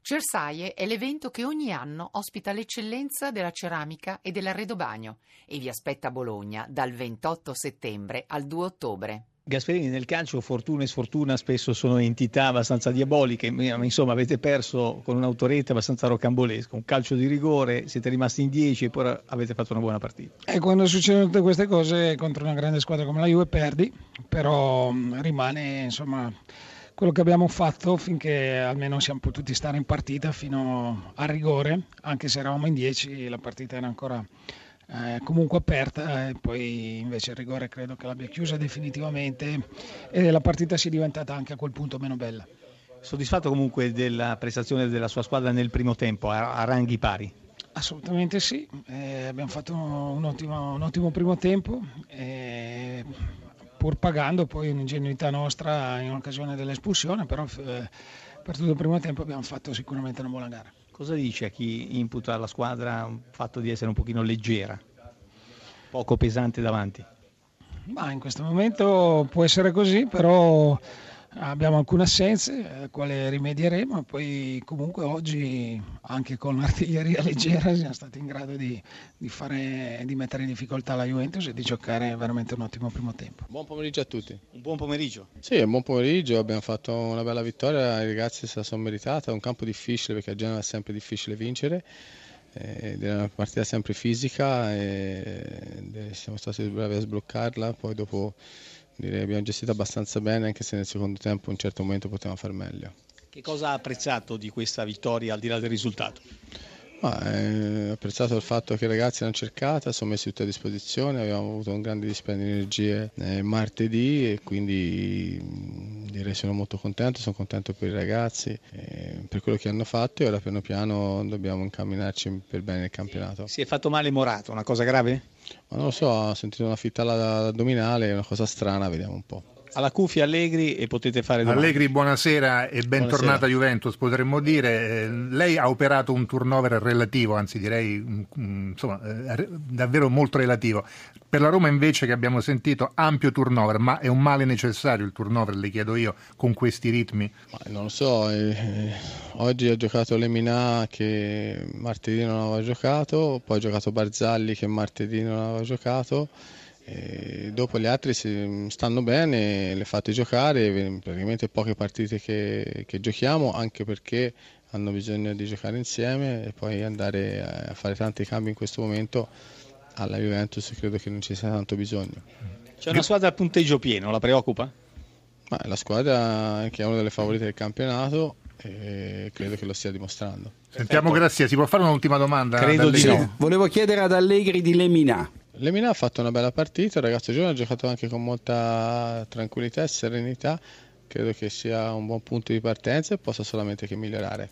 Cersaie è l'evento che ogni anno ospita l'eccellenza della ceramica e dell'arredobagno e vi aspetta a Bologna dal 28 settembre al 2 ottobre. Gasperini, nel calcio fortuna e sfortuna spesso sono entità abbastanza diaboliche, ma insomma avete perso con un'autorete abbastanza rocambolesca, un calcio di rigore, siete rimasti in 10 e poi avete fatto una buona partita. E quando succedono tutte queste cose contro una grande squadra come la Juve perdi, però rimane insomma quello che abbiamo fatto finché almeno siamo potuti stare in partita fino al rigore, anche se eravamo in 10 la partita era ancora comunque aperta, e poi invece il rigore credo che l'abbia chiusa definitivamente e la partita sia diventata anche a quel punto meno bella. Soddisfatto comunque della prestazione della sua squadra nel primo tempo, a ranghi pari? Assolutamente sì, abbiamo fatto un ottimo primo tempo, pur pagando poi un'ingenuità nostra in occasione dell'espulsione, però per tutto il primo tempo abbiamo fatto sicuramente una buona gara. Cosa dice a chi imputa alla squadra il fatto di essere un pochino leggera, poco pesante davanti? Ma in questo momento può essere così, però abbiamo alcune assenze, alle quali rimedieremo, e poi comunque oggi anche con l'artiglieria leggera siamo stati in grado di mettere in difficoltà la Juventus e di giocare veramente un ottimo primo tempo. Buon pomeriggio a tutti. Un buon pomeriggio. Sì, un buon pomeriggio, abbiamo fatto una bella vittoria, i ragazzi se la sono meritata, è un campo difficile perché a Genova è sempre difficile vincere. Ed è una partita sempre fisica e siamo stati bravi a sbloccarla, poi dopo direi abbiamo gestito abbastanza bene, anche se nel secondo tempo a un certo momento potevamo far meglio. Che cosa ha apprezzato di questa vittoria al di là del risultato? Ho apprezzato il fatto che i ragazzi hanno cercato, sono messi tutti a disposizione, abbiamo avuto un grande dispendio di energie martedì e quindi direi sono molto contento per i ragazzi, per quello che hanno fatto e ora piano piano dobbiamo incamminarci per bene nel campionato. Si è fatto male Morato, una cosa grave? Ma non lo so, ho sentito una fittata addominale, una cosa strana, vediamo un po'. Alla cuffia Allegri e potete fare domande. Allegri, buonasera e bentornata a Juventus, potremmo dire. Lei ha operato un turnover relativo, anzi direi insomma, davvero molto relativo. Per la Roma invece, che abbiamo sentito, ampio turnover, ma è un male necessario il turnover, le chiedo io, con questi ritmi? Non lo so, oggi ha giocato Lemina che martedì non aveva giocato, poi ha giocato Barzagli che martedì non aveva giocato. E dopo gli altri stanno bene, le fate giocare, praticamente poche partite che giochiamo, anche perché hanno bisogno di giocare insieme e poi andare a fare tanti cambi in questo momento alla Juventus credo che non ci sia tanto bisogno. C'è una squadra a punteggio pieno, la preoccupa? Ma la squadra che è una delle favorite del campionato e credo che lo stia dimostrando. Sentiamo Grazia, si può fare un'ultima domanda? Credo di no. Volevo chiedere ad Allegri di Lemina. Lemina ha fatto una bella partita, il ragazzo giovane ha giocato anche con molta tranquillità e serenità, credo che sia un buon punto di partenza e possa solamente che migliorare.